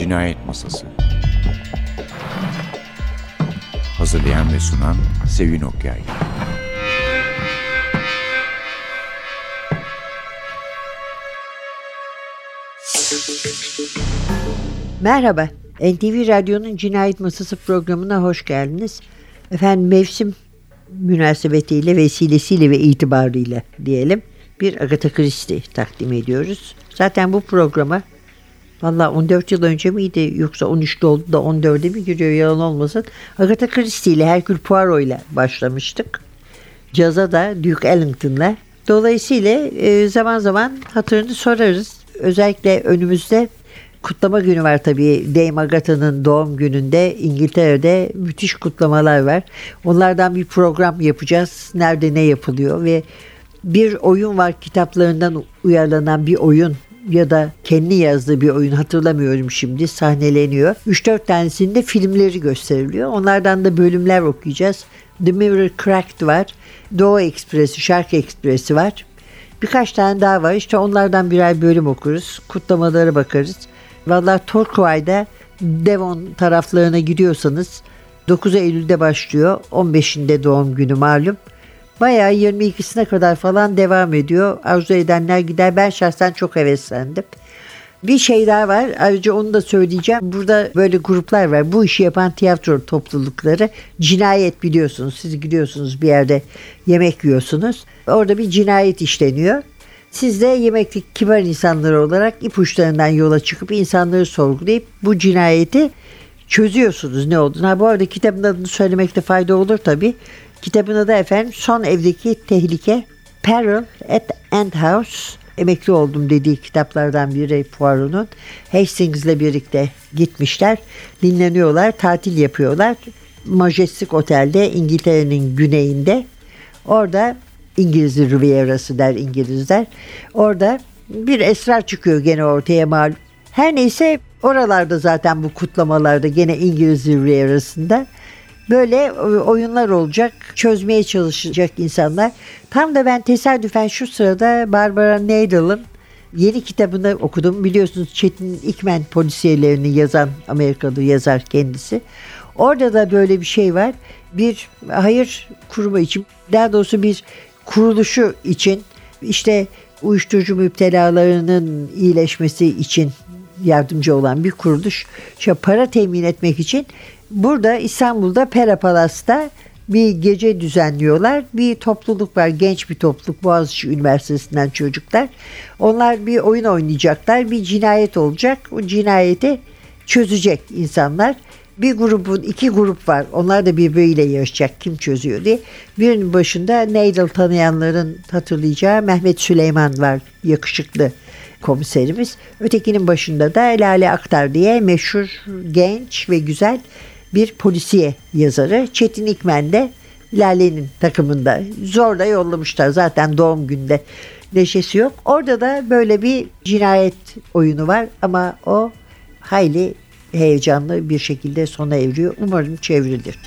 Cinayet Masası. Hazırlayan ve sunan Sevin Okyay. Merhaba, NTV Radyo'nun Cinayet Masası programına hoş geldiniz. Efendim, mevsim münasebetiyle, vesilesiyle ve itibarıyla diyelim bir Agatha Christie takdim ediyoruz. Zaten bu programa valla 14 yıl önce miydi yoksa 13'te oldu da 14'e mi giriyor, yalan olmasın. Agatha Christie ile Hercule Poirot ile başlamıştık. Caz'a da Duke Ellington'la. Dolayısıyla zaman zaman hatırını sorarız. Özellikle önümüzde kutlama günü var tabii. Dame Agatha'nın doğum gününde İngiltere'de müthiş kutlamalar var. Onlardan bir program yapacağız. Nerede ne yapılıyor ve bir oyun var, kitaplarından uyarlanan bir oyun ya da kendi yazdığı bir oyun, hatırlamıyorum şimdi, sahneleniyor. 3-4 tanesinde filmleri gösteriliyor. Onlardan da bölümler okuyacağız. The Mirror Cracked var. Doğu Ekspresi, Şark Ekspresi var. Birkaç tane daha var. İşte onlardan birer bölüm okuruz. Kutlamalara bakarız. Vallahi Torquay'da Devon taraflarına gidiyorsanız 9 Eylül'de başlıyor. 15'inde doğum günü malum. Bayağı 22'sine kadar falan devam ediyor. Arzu edenler gider. Ben şahsen çok heveslendim. Bir şey daha var. Ayrıca onu da söyleyeceğim. Burada böyle gruplar var. Bu işi yapan tiyatro toplulukları. Cinayet, biliyorsunuz. Siz gidiyorsunuz bir yerde yemek yiyorsunuz. Orada bir cinayet işleniyor. Siz de yemeklik kibar insanlar olarak ipuçlarından yola çıkıp insanları sorgulayıp bu cinayeti çözüyorsunuz, ne olduğunu. Bu arada kitabın adını söylemekte fayda olur tabii. Kitabın adı efendim Son Evdeki Tehlike, Peril at End House. Emekli oldum dediği kitaplardan biri Poirot'un. Hastings'le birlikte gitmişler, dinleniyorlar, tatil yapıyorlar. Majestic Otel'de, İngiltere'nin güneyinde. Orada İngiliz Riviera'sı der İngilizler. Orada bir esrar çıkıyor gene ortaya malum. Her neyse, oralarda zaten bu kutlamalarda gene İngiliz Riviera'sında böyle oyunlar olacak. Çözmeye çalışacak insanlar. Tam da ben tesadüfen şu sırada Barbara Nadle'ın yeni kitabını okudum. Biliyorsunuz Çetin İkmen polisiyelerini yazan Amerikalı yazar kendisi. Orada da böyle bir şey var. Bir hayır kurumu için, daha doğrusu bir kuruluşu için, işte uyuşturucu müptelalarının iyileşmesi için yardımcı olan bir kuruluş. İşte para temin etmek için burada İstanbul'da Pera Palas'ta bir gece düzenliyorlar. Bir topluluk var, genç bir topluluk, Boğaziçi Üniversitesi'nden çocuklar. Onlar bir oyun oynayacaklar, bir cinayet olacak. O cinayeti çözecek insanlar. Bir grubun, iki grup var. Onlar da birbiriyle yarışacak kim çözüyor diye. Birinin başında Nadle tanıyanların hatırlayacağı Mehmet Süleyman var, yakışıklı komiserimiz. Ötekinin başında da Lale Aktar diye meşhur, genç ve güzel bir polisiye yazarı. Çetin İkmen de Lale'nin takımında. Zorla yollamışlar zaten, doğum günde neşesi yok. Orada da böyle bir cinayet oyunu var ama o hayli heyecanlı bir şekilde sona eriyor. Umarım çevrilir.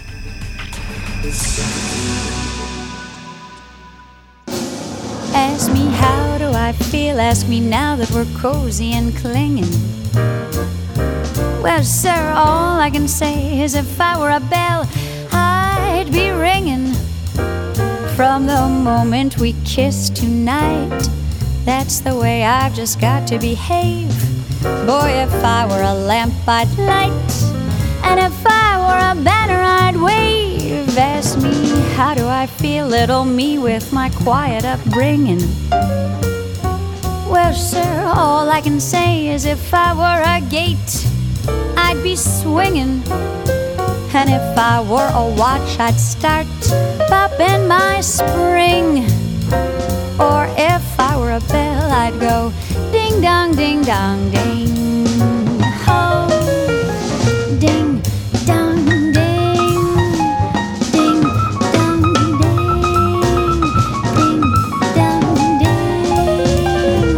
Ask me how do I feel, ask me now that we're cozy and clinging. Well, sir, all I can say is if I were a bell, I'd be ringing. From the moment we kissed tonight, that's the way I've just got to behave. Boy, if I were a lamp, I'd light, and if I were a banner, I'd wave. Ask me, how do I feel, little me with my quiet upbringing? Well, sir, all I can say is if I were a gate, I'd be swinging, and if I were a watch, I'd start popping my spring. Or if I were a bell, I'd go ding dong, ding dong, ding. Ho, ding dong, ding, ding dong, ding, ding dong, ding.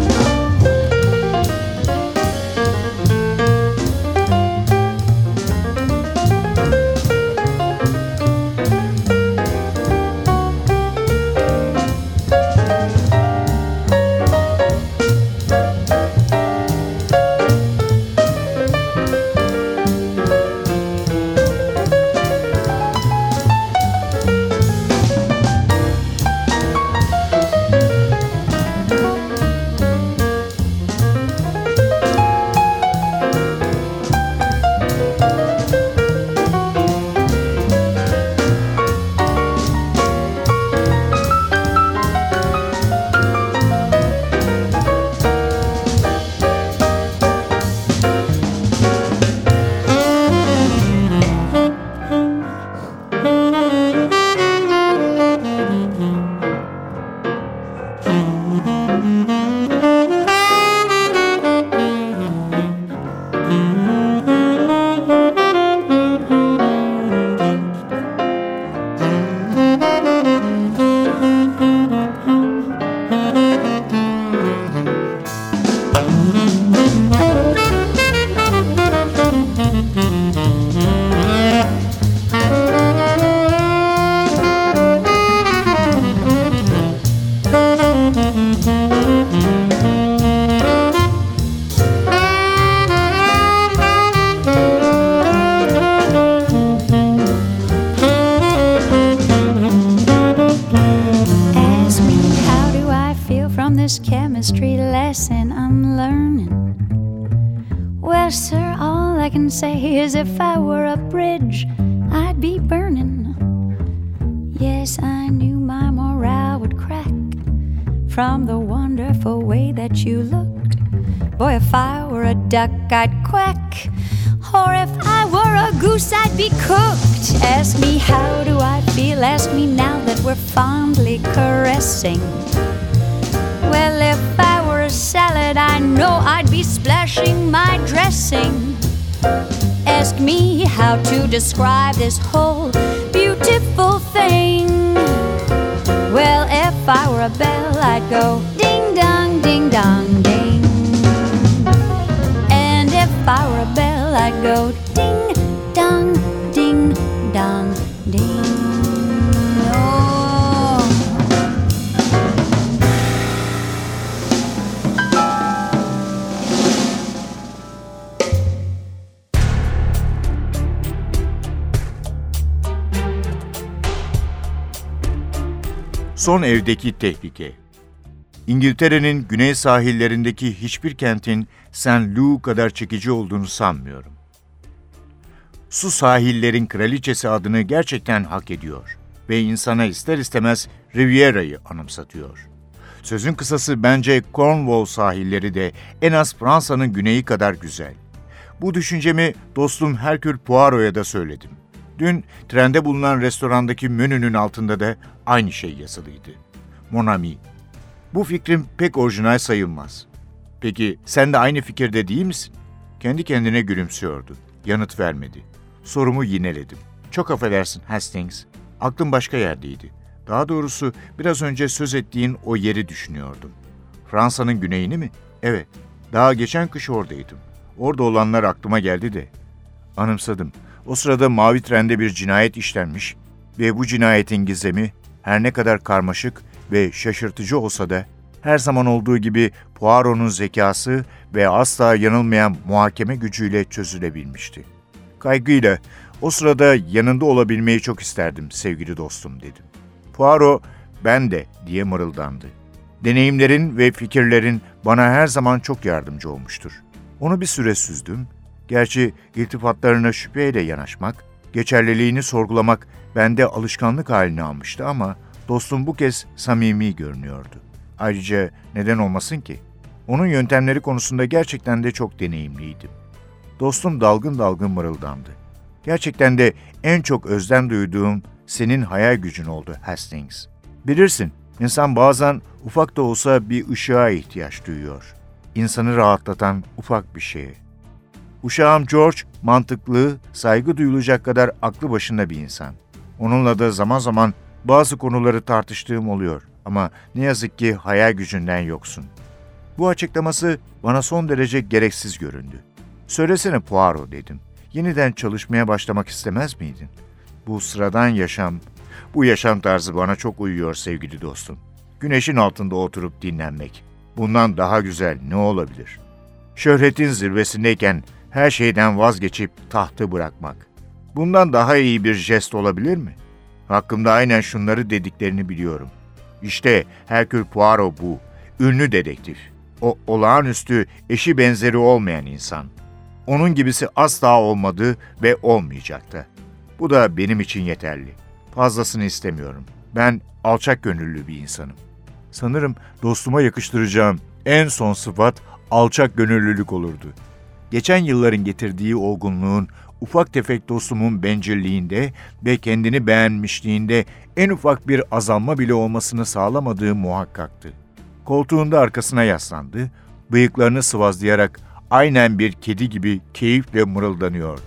this chemistry lesson I'm learning. Well, sir, all I can say is if I were a bridge, I'd be burning. Yes, I knew my morale would crack from the wonderful way that you looked. Boy, if I were a duck, I'd quack. Or if I were a goose, I'd be cooked. Ask me how do I feel, ask me now that we're fondly caressing. Well, if I were a salad, I know I'd be splashing my dressing. Ask me how to describe this whole beautiful thing. Well, if I were a bell, I'd go ding-dong, ding-dong, ding. And if I were a bell, I'd go ding-dong, ding-dong, ding. Oh. Son evdeki tehlike. İngiltere'nin güney sahillerindeki hiçbir kentin St. Louis kadar çekici olduğunu sanmıyorum. Su sahillerin kraliçesi adını gerçekten hak ediyor ve insana ister istemez Riviera'yı anımsatıyor. Sözün kısası bence Cornwall sahilleri de en az Fransa'nın güneyi kadar güzel. Bu düşüncemi dostum Hercule Poirot'a da söyledim. Dün trende bulunan restorandaki menünün altında da aynı şey yazılıydı. Mon ami. Bu fikrim pek orijinal sayılmaz. Peki sen de aynı fikirde değil misin? Kendi kendine gülümsüyordu. Yanıt vermedi. Sorumu yineledim. Çok affedersin Hastings. Aklım başka yerdeydi. Daha doğrusu biraz önce söz ettiğin o yeri düşünüyordum. Fransa'nın güneyini mi? Evet. Daha geçen kış oradaydım. Orada olanlar aklıma geldi de. Anımsadım. O sırada mavi trende bir cinayet işlenmiş ve bu cinayetin gizemi her ne kadar karmaşık ve şaşırtıcı olsa da her zaman olduğu gibi Poirot'un zekası ve asla yanılmayan muhakeme gücüyle çözülebilmişti. Kaygıyla o sırada yanında olabilmeyi çok isterdim sevgili dostum dedim. Poirot ben de diye mırıldandı. Deneyimlerin ve fikirlerin bana her zaman çok yardımcı olmuştur. Onu bir süre süzdüm. Gerçi iltifatlarına şüpheyle yanaşmak, geçerliliğini sorgulamak bende alışkanlık halini almıştı ama dostum bu kez samimi görünüyordu. Ayrıca neden olmasın ki? Onun yöntemleri konusunda gerçekten de çok deneyimliydim. Dostum dalgın dalgın mırıldandı. Gerçekten de en çok özlem duyduğum senin hayal gücün oldu Hastings. Bilirsin, insan bazen ufak da olsa bir ışığa ihtiyaç duyuyor. İnsanı rahatlatan ufak bir şeye. Uşağım George, mantıklı, saygı duyulacak kadar aklı başında bir insan. Onunla da zaman zaman bazı konuları tartıştığım oluyor ama ne yazık ki hayal gücünden yoksun. Bu açıklaması bana son derece gereksiz göründü. Söylesene Poirot dedim. Yeniden çalışmaya başlamak istemez miydin? Bu sıradan yaşam, bu yaşam tarzı bana çok uyuyor sevgili dostum. Güneşin altında oturup dinlenmek. Bundan daha güzel ne olabilir? Şöhretin zirvesindeyken her şeyden vazgeçip tahtı bırakmak. Bundan daha iyi bir jest olabilir mi? Hakkımda aynen şunları dediklerini biliyorum. İşte Hercule Poirot bu, ünlü dedektif. O olağanüstü, eşi benzeri olmayan insan. Onun gibisi asla olmadı ve olmayacaktı. Bu da benim için yeterli. Fazlasını istemiyorum. Ben alçak gönüllü bir insanım. Sanırım dostuma yakıştıracağım en son sıfat alçak gönüllülük olurdu. Geçen yılların getirdiği olgunluğun ufak tefek dostumun bencilliğinde ve kendini beğenmişliğinde en ufak bir azalma bile olmasını sağlamadığı muhakkaktı. Koltuğunda arkasına yaslandı, bıyıklarını sıvazlayarak aynen bir kedi gibi keyifle mırıldanıyordu.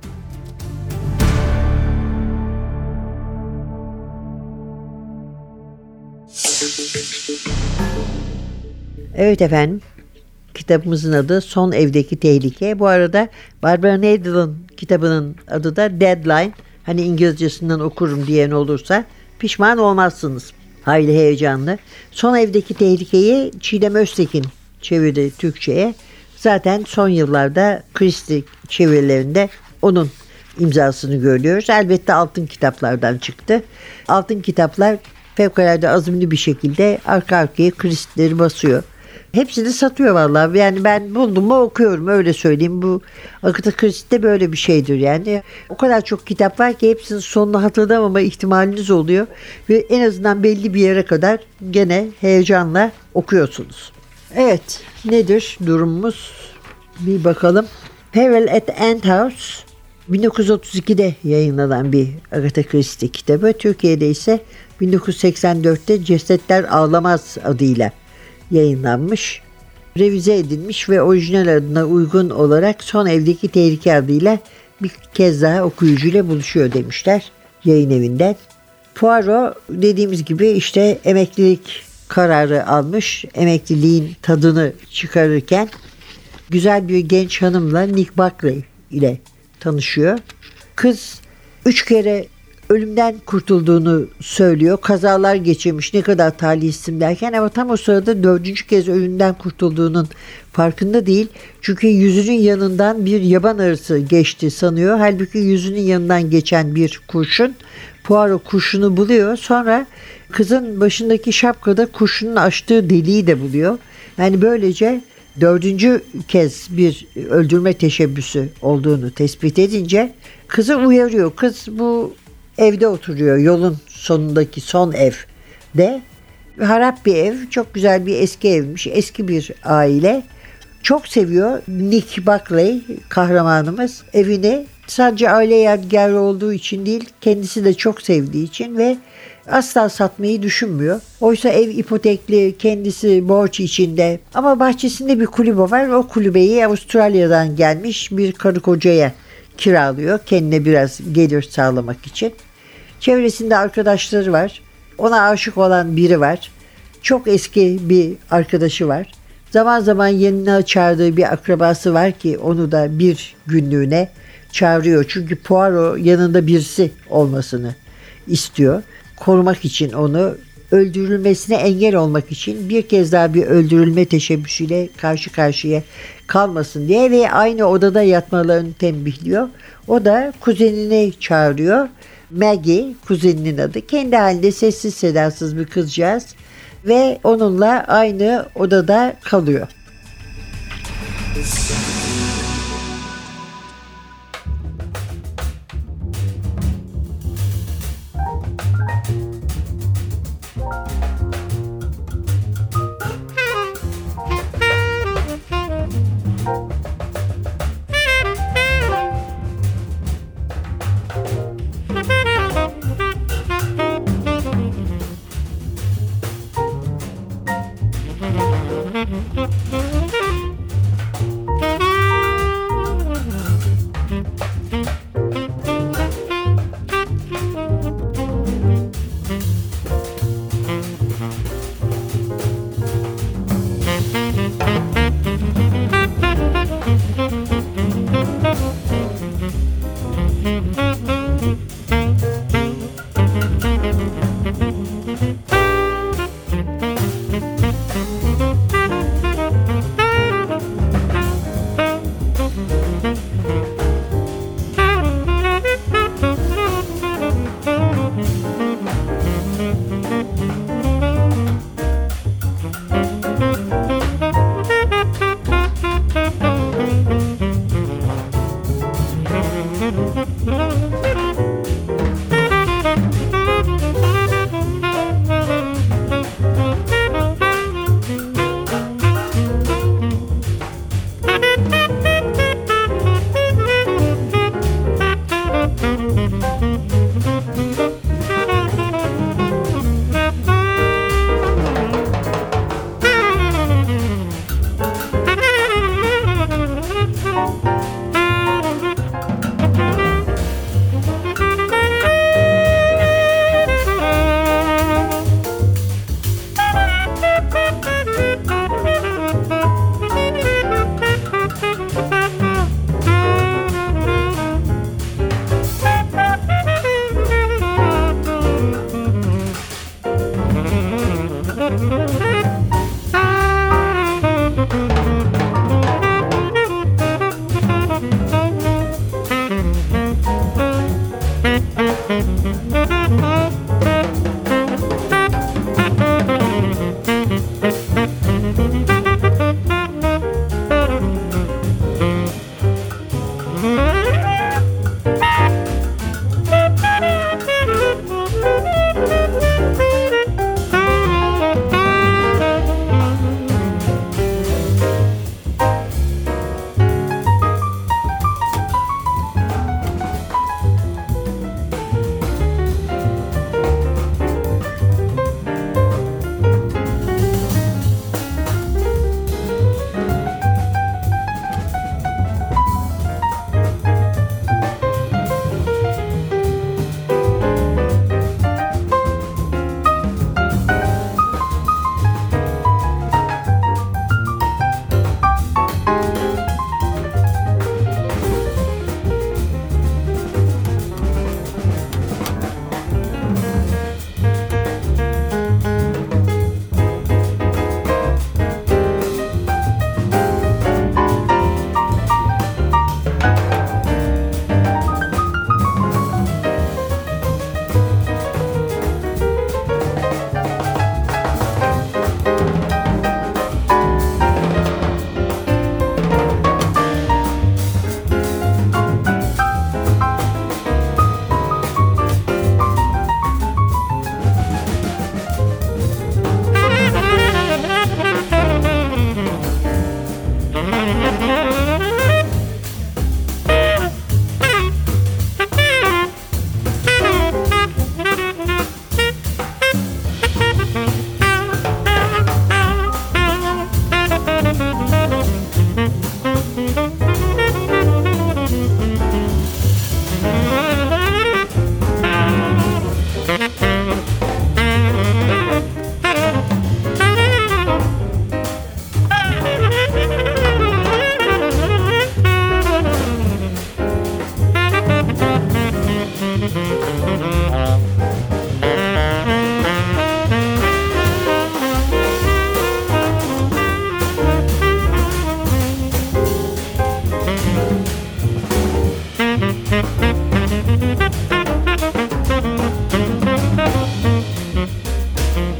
Evet efendim, kitabımızın adı Son Evdeki Tehlike. Bu arada Barbara Nadle'ın kitabının adı da Deadline. Hani İngilizcesinden okurum diyen olursa pişman olmazsınız. Hayli heyecanlı. Son Evdeki Tehlikeyi Çiğdem Öztekin çevirdi Türkçe'ye. Zaten son yıllarda Christie çevirilerinde onun imzasını görüyoruz. Elbette altın kitaplardan çıktı. Altın kitaplar fevkalade azimli bir şekilde arka arkaya Christie'leri basıyor. Hepsini satıyor vallahi. Yani ben buldum mu okuyorum, öyle söyleyeyim. Bu Agatha Christie'de böyle bir şeydir yani. O kadar çok kitap var ki hepsinin sonunu hatırlamama ihtimaliniz oluyor. Ve en azından belli bir yere kadar gene heyecanla okuyorsunuz. Evet, nedir durumumuz? Bir bakalım. Peril at End House 1932'de yayınlanan bir Agatha Christie kitabı. Türkiye'de ise 1984'te Cesetler Ağlamaz adıyla yayınlanmış, revize edilmiş ve orijinal adına uygun olarak Son Evdeki Tehlike adıyla bir kez daha okuyucuyla buluşuyor demişler yayın evinden. Poirot dediğimiz gibi işte emeklilik kararı almış, emekliliğin tadını çıkarırken güzel bir genç hanımla Nick Buckley ile tanışıyor. Kız 3 kere ölümden kurtulduğunu söylüyor. Kazalar geçirmiş, ne kadar talihsizim derken, ama tam o sırada 4. kez ölümden kurtulduğunun farkında değil. Çünkü yüzünün yanından bir yaban arısı geçti sanıyor. Halbuki yüzünün yanından geçen bir kurşun. Poirot kurşunu buluyor. Sonra kızın başındaki şapkada kurşunun açtığı deliği de buluyor. Yani böylece 4. kez bir öldürme teşebbüsü olduğunu tespit edince kızı uyarıyor. Kız bu evde oturuyor, yolun sonundaki son evde. Harap bir ev, çok güzel bir eski evmiş, eski bir aile. Çok seviyor Nick Buckley kahramanımız evini. Sadece aile yadigarı olduğu için değil, kendisi de çok sevdiği için ve asla satmayı düşünmüyor. Oysa ev ipotekli, kendisi borç içinde, ama bahçesinde bir kulübe var. O kulübeyi Avustralya'dan gelmiş bir karı kocaya kiralıyor, kendine biraz gelir sağlamak için. Çevresinde arkadaşları var. Ona aşık olan biri var. Çok eski bir arkadaşı var. Zaman zaman yanına çağırdığı bir akrabası var ki onu da bir günlüğüne çağırıyor. Çünkü Poirot yanında birisi olmasını istiyor. Korumak için onu, öldürülmesine engel olmak için, bir kez daha bir öldürülme teşebbüsüyle karşı karşıya kalmasın diye ve aynı odada yatmalarını tembihliyor. O da kuzenini çağırıyor. Maggie kuzeninin adı. Kendi halinde sessiz sedasız bir kızcağız ve onunla aynı odada kalıyor.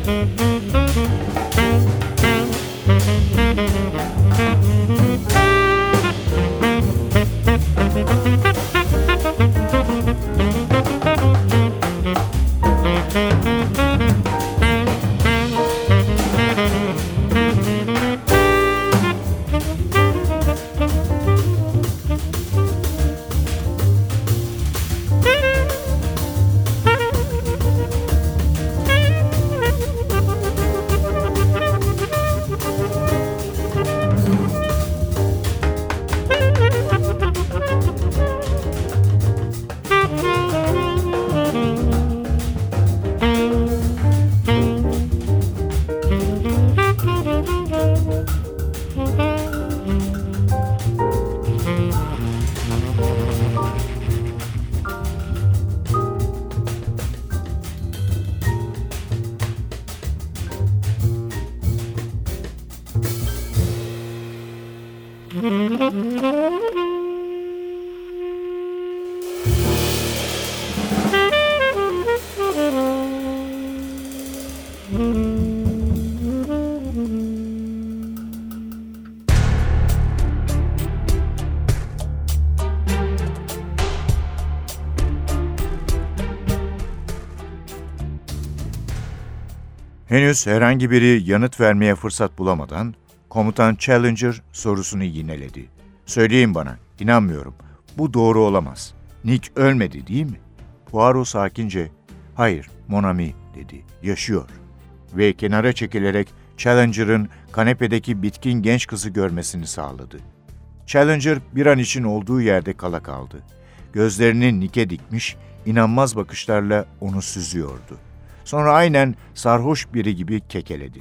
Henüz herhangi biri yanıt vermeye fırsat bulamadan Komutan Challenger sorusunu yineledi. "Söyleyin bana, inanmıyorum. Bu doğru olamaz. Nick ölmedi değil mi?" Poirot sakince, "Hayır, mon ami," dedi. "Yaşıyor." Ve kenara çekilerek Challenger'ın kanepedeki bitkin genç kızı görmesini sağladı. Challenger bir an için olduğu yerde kala kaldı. Gözlerini Nick'e dikmiş, inanmaz bakışlarla onu süzüyordu. Sonra aynen sarhoş biri gibi kekeledi.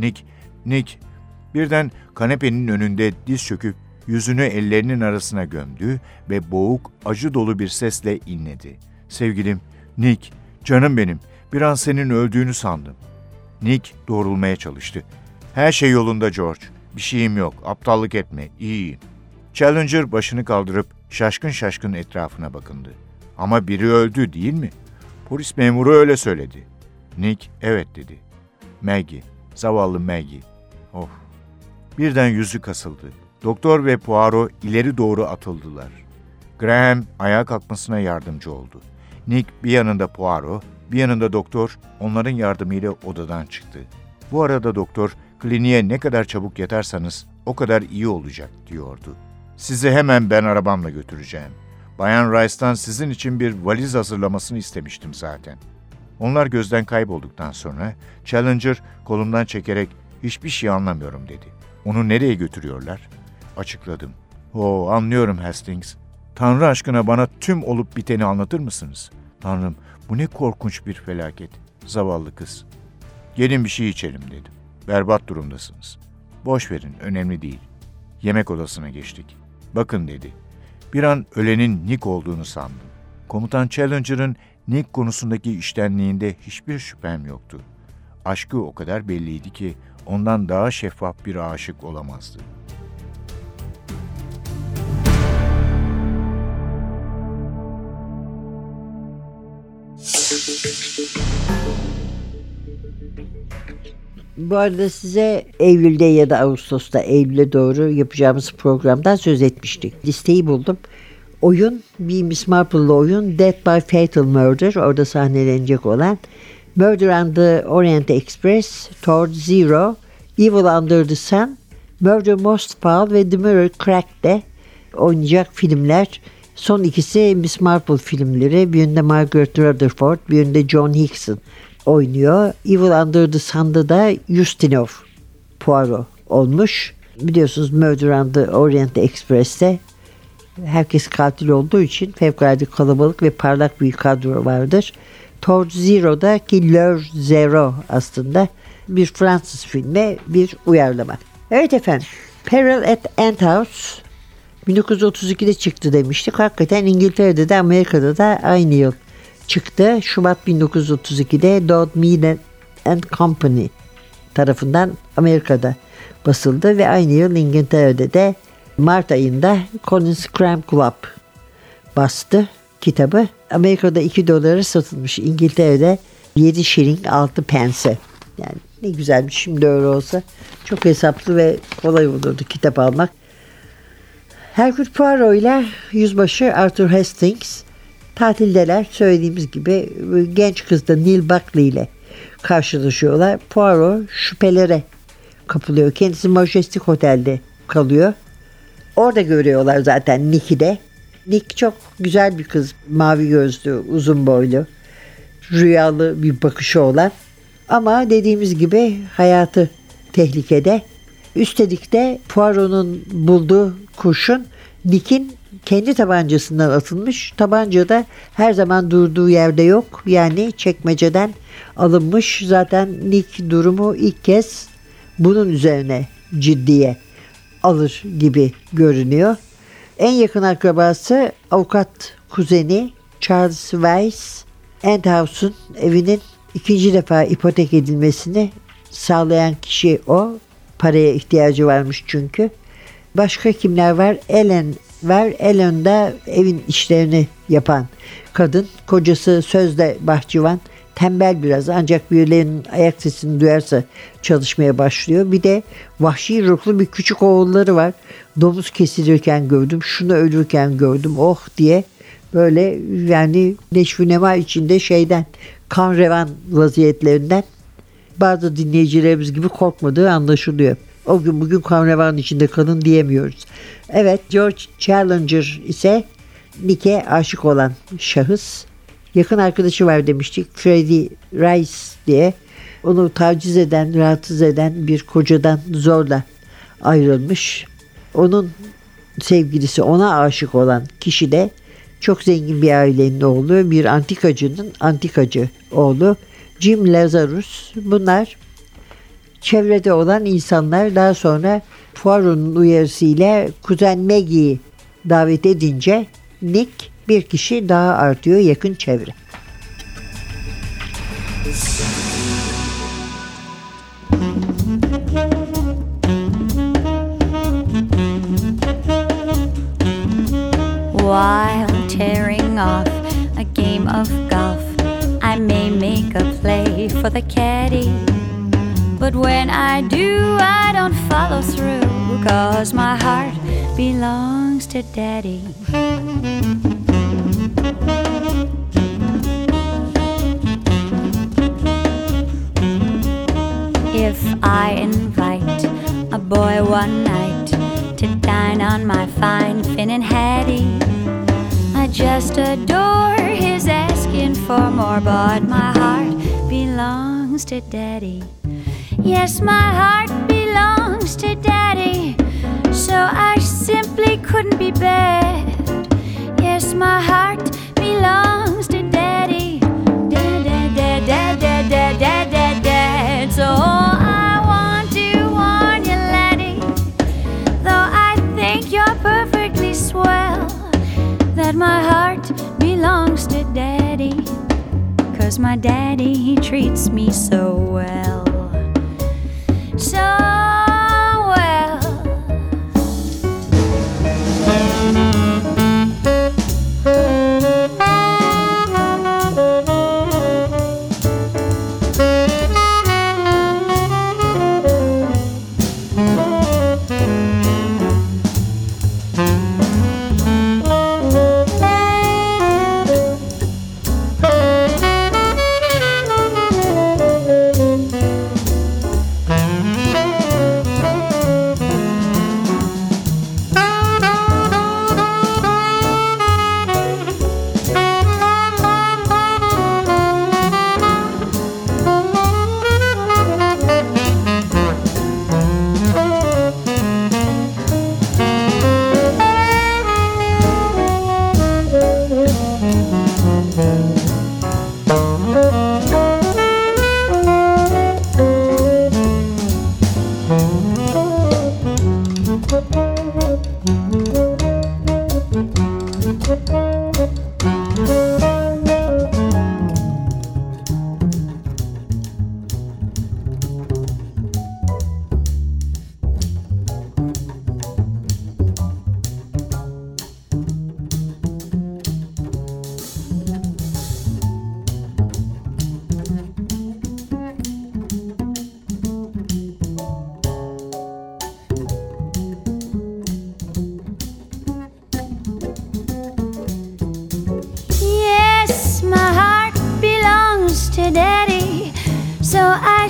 Nick, birden kanepenin önünde diz çöküp yüzünü ellerinin arasına gömdü ve boğuk, acı dolu bir sesle inledi. "Sevgilim, Nick, canım benim, bir an senin öldüğünü sandım." Nick doğrulmaya çalıştı. "Her şey yolunda George, bir şeyim yok, aptallık etme, iyiyim." Challenger başını kaldırıp şaşkın şaşkın etrafına bakındı. "Ama biri öldü değil mi? Polis memuru öyle söyledi." Nick, "Evet," dedi. "Maggie, zavallı Maggie. Oh." Birden yüzü kasıldı. Doktor ve Poirot ileri doğru atıldılar. Graham ayağa kalkmasına yardımcı oldu. Nick bir yanında Poirot, bir yanında doktor onların yardımıyla odadan çıktı. Bu arada doktor, "Kliniğe ne kadar çabuk yatarsanız o kadar iyi olacak," diyordu. "Sizi hemen ben arabamla götüreceğim. Bayan Rice'tan sizin için bir valiz hazırlamasını istemiştim zaten." Onlar gözden kaybolduktan sonra Challenger kolumdan çekerek "Hiçbir şey anlamıyorum," dedi. "Onu nereye götürüyorlar?" Açıkladım. Anlıyorum Hastings. Tanrı aşkına bana tüm olup biteni anlatır mısınız?" "Tanrım, bu ne korkunç bir felaket. Zavallı kız." "Gelin bir şey içelim," dedim. "Berbat durumdasınız." "Boş verin, önemli değil." Yemek odasına geçtik. "Bakın," dedi. Bir an ölenin Nick olduğunu sandım. Komutan Challenger'ın Nick konusundaki içtenliğinde hiçbir şüphem yoktu. Aşkı o kadar belliydi ki ondan daha şeffaf bir aşık olamazdı. Bu arada size Eylül'de ya da Ağustos'ta Eylül'e doğru yapacağımız programdan söz etmiştik. Listeyi buldum. Oyun, bir Miss Marple'lı oyun, Death by Fatal Murder, orada sahnelenecek olan, Murder on the Orient Express, Toward Zero, Evil Under the Sun, Murder Most Foul ve The Mirror Crack'te oynayacak filmler. Son ikisi Miss Marple filmleri. Bir yönde Margaret Rutherford, bir yönde John Hickson oynuyor. Evil Under the Sun'da da Ustinov Poirot olmuş. Biliyorsunuz Murder on the Orient Express'te herkes katil olduğu için fevkalade kalabalık ve parlak bir kadro vardır. Toward Zero'da ki L'Heure Zero aslında bir Fransız filmi, bir uyarlama. Evet efendim, Peril at Endhouse 1932'de çıktı demiştik. Hakikaten İngiltere'de de Amerika'da da aynı yıl çıktı. Şubat 1932'de Dodd Mead and Company tarafından Amerika'da basıldı ve aynı yıl İngiltere'de de Mart ayında Collins Crime Club bastı kitabı. Amerika'da $2 satılmış, İngiltere'de 7 şiling 6 pense Yani ne güzelmiş şimdi öyle olsa. Çok hesaplı ve kolay olurdu kitap almak. Hercule Poirot ile yüzbaşı Arthur Hastings tatildeler. Söylediğimiz gibi genç kız da Neil Buckley ile karşılaşıyorlar. Poirot şüphelere kapılıyor. Kendisi Majestic Hotel'de kalıyor. Orada görüyorlar zaten Nick'i de. Nick çok güzel bir kız. Mavi gözlü, uzun boylu, rüyalı bir bakışı olan. Ama dediğimiz gibi hayatı tehlikede. Üstelik de Poirot'un bulduğu kurşun Nick'in kendi tabancasından atılmış. Tabanca da her zaman durduğu yerde yok. Yani çekmeceden alınmış. Zaten Nick durumu ilk kez bunun üzerine ciddiye alır gibi görünüyor. En yakın akrabası avukat kuzeni Charles Weiss, Endhouse'un evinin ikinci defa ipotek edilmesini sağlayan kişi o. Paraya ihtiyacı varmış çünkü. Başka kimler var? Ellen var. Ellen da evin işlerini yapan kadın. Kocası sözde bahçıvan. Tembel biraz, ancak birilerinin ayak sesini duyarsa çalışmaya başlıyor. Bir de vahşi ruhlu bir küçük oğulları var. Domuz kesilirken gördüm, şunu ölürken gördüm, oh diye böyle yani neşvünema içinde kan revan vaziyetlerinden bazı dinleyicilerimiz gibi korkmadığı anlaşılıyor. O gün bugün kan revan içinde kalın diyemiyoruz. Evet, George Challenger ise Nick'e aşık olan şahıs. Yakın arkadaşı var demiştik, Freddie Rice diye. Onu taciz eden, rahatsız eden bir kocadan zorla ayrılmış. Onun sevgilisi, ona aşık olan kişi de çok zengin bir ailenin oğlu, bir antikacının antikacı oğlu Jim Lazarus. Bunlar çevrede olan insanlar. Daha sonra Poirot'un uyarısıyla kuzen Maggie'yi davet edince Nick bir kişi daha artıyor, yakın çevre. While tearing off a game of golf, I may make a play for the caddy. But when I do, I don't follow through, 'cause my heart belongs to Daddy. If I invite a boy one night to dine on my fine Finnan Haddie, I just adore his asking for more, but my heart belongs to Daddy. Yes, my heart belongs to Daddy, so I simply couldn't be bad. Yes, my heart belongs to Daddy. Dad, dad, dad, dad, dad, dad, dad, dad, dad. So I want to warn you, laddie, though I think you're perfectly swell, that my heart belongs to Daddy, 'cause my daddy, he treats me so well. So well.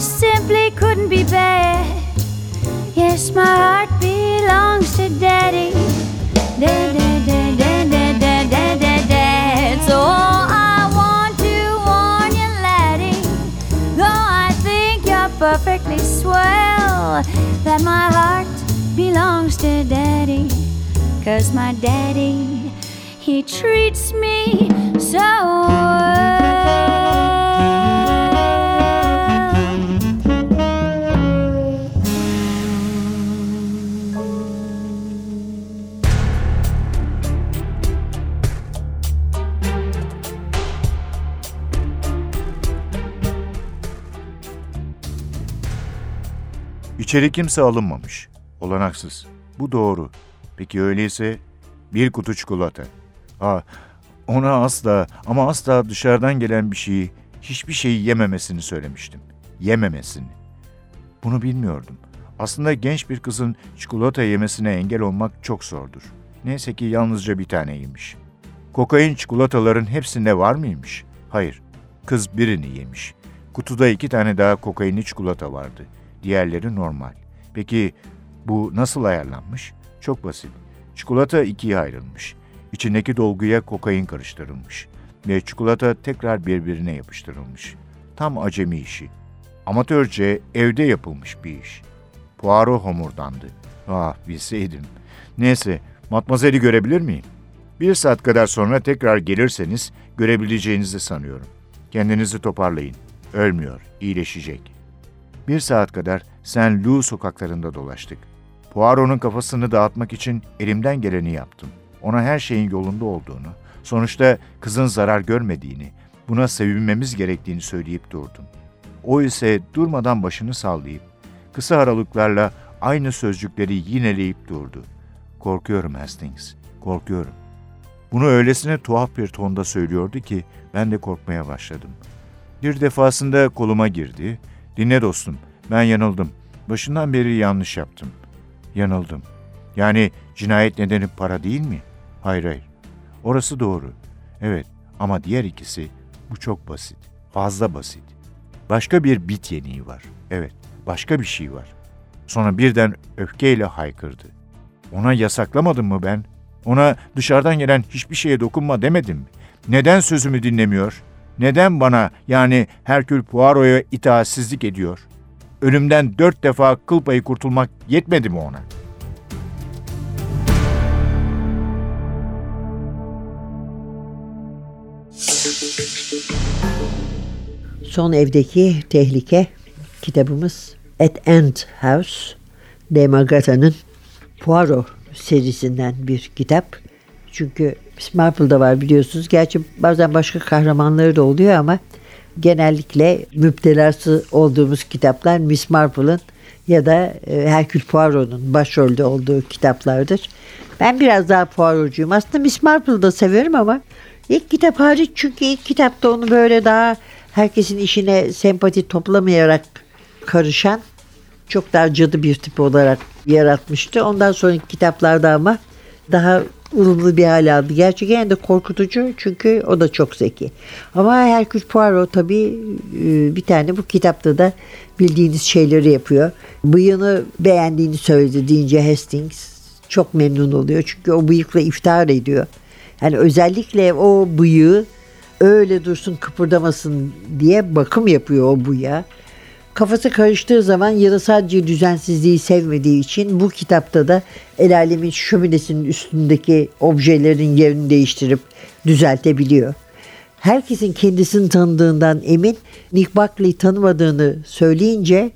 simply couldn't be bad. Yes, my heart belongs to Daddy. Dad, dad, dad, dad, dad, dad, dad, dad, dad. So I want to warn you, laddie, though I think you're perfectly swell, that my heart belongs to Daddy. 'Cause my daddy, he treats me so well. İçeri kimse alınmamış. Olanaksız. Bu doğru. Peki öyleyse bir kutu çikolata. Ona asla ama asla dışarıdan gelen bir şeyi, hiçbir şeyi yememesini söylemiştim. Yememesini. Bunu bilmiyordum. Aslında genç bir kızın çikolata yemesine engel olmak çok zordur. Neyse ki yalnızca bir tane yemiş. Kokain çikolataların hepsinde var mıymış? Hayır. Kız birini yemiş. Kutuda 2 tane daha kokainli çikolata vardı. Diğerleri normal. Peki bu nasıl ayarlanmış? Çok basit. Çikolata 2'ye ayrılmış. İçindeki dolguya kokain karıştırılmış. Ve çikolata tekrar birbirine yapıştırılmış. Tam acemi işi. Amatörce evde yapılmış bir iş. Poirot homurdandı. Bilseydim. Neyse, Matmazel'i görebilir miyim? 1 saat kadar sonra tekrar gelirseniz görebileceğinizi sanıyorum. Kendinizi toparlayın. Ölmüyor, iyileşecek. 1 saat kadar Saint Loup sokaklarında dolaştık. Poirot'un kafasını dağıtmak için elimden geleni yaptım. Ona her şeyin yolunda olduğunu, sonuçta kızın zarar görmediğini, buna sevinmemiz gerektiğini söyleyip durdum. O ise durmadan başını sallayıp, kısa aralıklarla aynı sözcükleri yineleyip durdu. Korkuyorum Hastings, korkuyorum. Bunu öylesine tuhaf bir tonda söylüyordu ki ben de korkmaya başladım. Bir defasında koluma girdi. Dinle dostum, ben yanıldım. Başından beri yanlış yaptım. Yanıldım. Yani cinayet nedeni para değil mi? Hayır. Orası doğru. Evet ama diğer ikisi, bu çok basit. Fazla basit. Başka bir bit yeniği var. Evet, başka bir şey var. Sonra birden öfkeyle haykırdı. Ona yasaklamadım mı ben? Ona dışarıdan gelen hiçbir şeye dokunma demedim mi? Neden sözümü dinlemiyor? Neden bana, yani Herkül Poirot'a itaatsizlik ediyor? Ölümden 4 defa kıl payı kurtulmak yetmedi mi ona? Son Evdeki Tehlike kitabımız At End House, de Magatha'nın Poirot serisinden bir kitap. Çünkü Miss Marple'da var biliyorsunuz. Gerçi bazen başka kahramanları da oluyor ama genellikle müptelası olduğumuz kitaplar Miss Marple'ın ya da Herkül Poirot'un başrolde olduğu kitaplardır. Ben biraz daha Poirot'cuyum. Aslında Miss Marple'ı da severim ama ilk kitap hariç, çünkü ilk kitapta onu böyle daha herkesin işine sempati toplamayarak karışan, çok daha cadı bir tip olarak yaratmıştı. Ondan sonraki kitaplarda ama daha ılımlı bir hal aldı. Gerçi gene de korkutucu, çünkü o da çok zeki. Ama Herkül Poirot tabii bir tane bu kitapta da bildiğiniz şeyleri yapıyor. Bıyığını beğendiğini söyledi deyince Hastings çok memnun oluyor. Çünkü o bıyıkla iftihar ediyor. Yani özellikle o bıyığı öyle dursun, kıpırdamasın diye bakım yapıyor o bıyığa. Kafası karıştığı zaman ya da sadece düzensizliği sevmediği için bu kitapta da el alemin şöminesinin üstündeki objelerin yerini değiştirip düzeltebiliyor. Herkesin kendisini tanıdığından emin, Nick Buckley'i tanımadığını söyleyince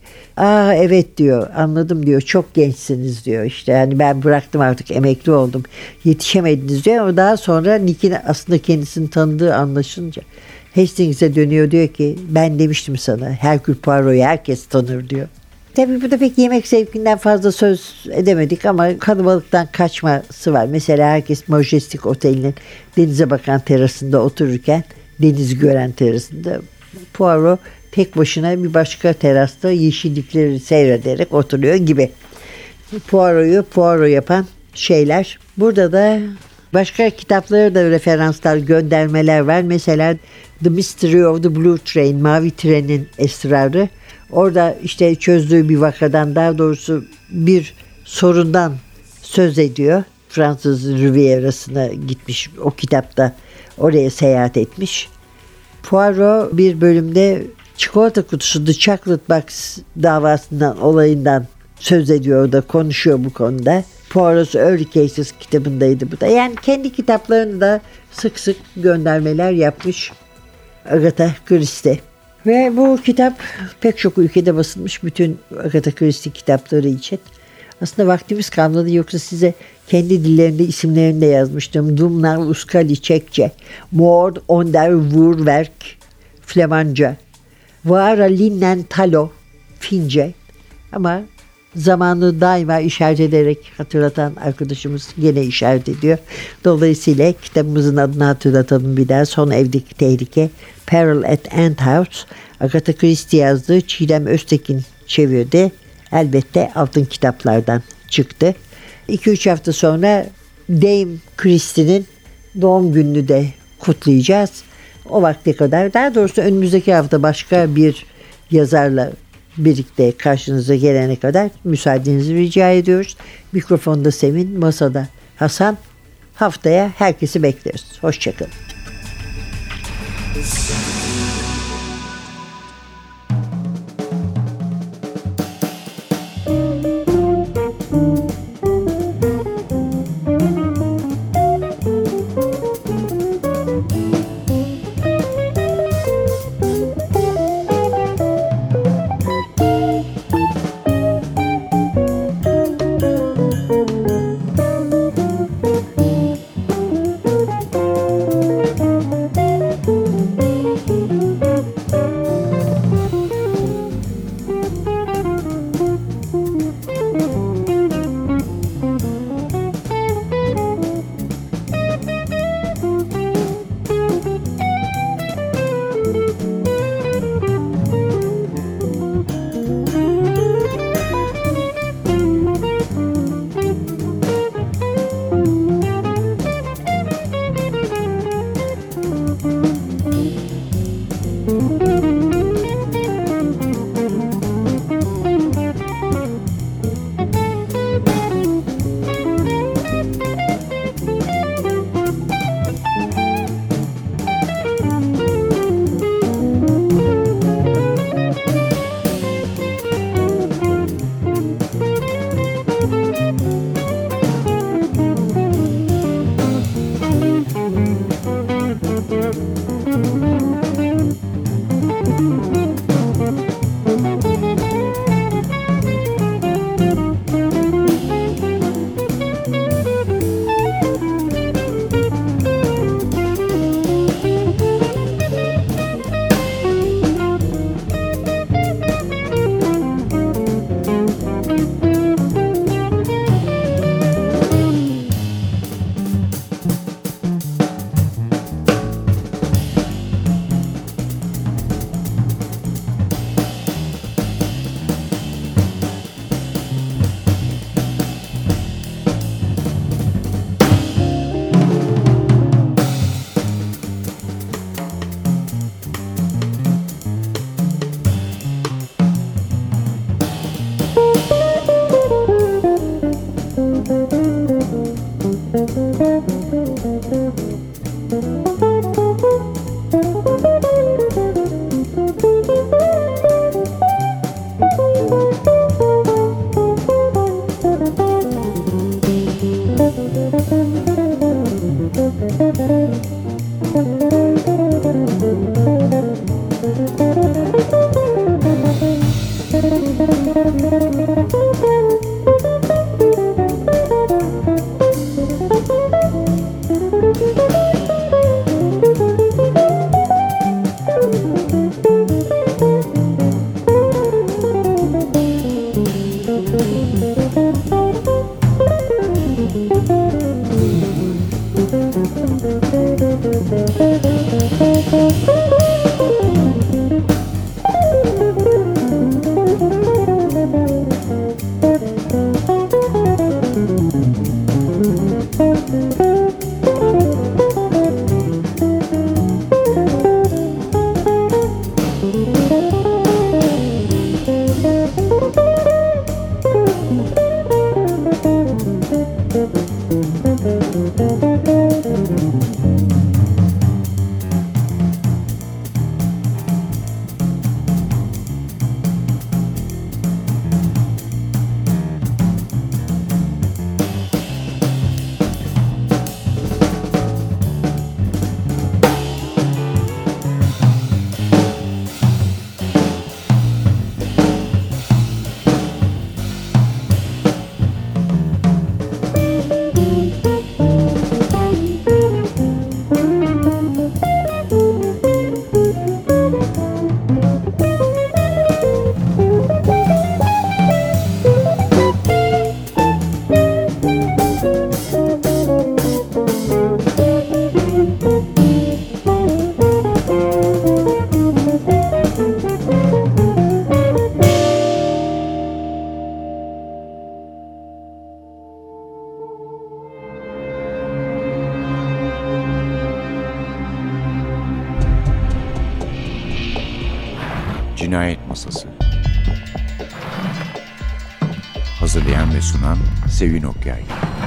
evet diyor, anladım diyor, çok gençsiniz diyor, işte yani ben bıraktım artık, emekli oldum, yetişemediniz diyor. Ama daha sonra Nick'in aslında kendisini tanıdığı anlaşınca Hastings'e dönüyor, diyor ki ben demiştim sana, Herkül Poirot'u herkes tanır diyor. Tabii burada pek yemek zevkinden fazla söz edemedik ama kalabalıktan kaçması var. Mesela herkes Majestic Oteli'nin denize bakan terasında otururken, denizi gören terasında, Poirot tek başına bir başka terasta yeşillikleri seyrederek oturuyor gibi. Poirot'u Poirot yapan şeyler. Burada da başka kitaplara da referanslar, göndermeler var. Mesela The Mystery of the Blue Train, Mavi Trenin Esrarı. Orada işte çözdüğü bir vakadan, daha doğrusu bir sorundan söz ediyor. Fransız Riviera'sına gitmiş, o kitapta oraya seyahat etmiş. Poirot bir bölümde çikolata kutusu The Chocolate Box davasından, olayından söz ediyor, da konuşuyor bu konuda. Poirot's Early Cases kitabındaydı bu da. Yani kendi kitaplarında sık sık göndermeler yapmış Agatha Christie. Ve bu kitap pek çok ülkede basılmış, bütün Agatha Christie kitapları için. Aslında vaktimiz kalmadı, yoksa size kendi dillerinde isimlerini de yazmıştım. Dumnar Uskali Çekçe, Mord onder Vurwerk Flemanca, Vara Linnen Talo Fince. Ama zamanı daima işaret ederek hatırlatan arkadaşımız gene işaret ediyor. Dolayısıyla kitabımızın adını hatırlatalım bir daha. Son Evdeki Tehlike, Peril at Ant House. Agatha Christie yazdı, Çiğdem Öztekin çevirdi. Elbette altın kitaplardan çıktı. 2-3 hafta sonra Dame Christie'nin doğum gününü de kutlayacağız. O vakte kadar, daha doğrusu önümüzdeki hafta başka bir yazarla birlikte karşınıza gelene kadar müsaadenizi rica ediyoruz. Mikrofonda Sevin, masada Hasan. Haftaya herkesi bekleriz. Hoşçakalın. Cinayet Masası. Hazırlayan ve sunan Sevin Okyay.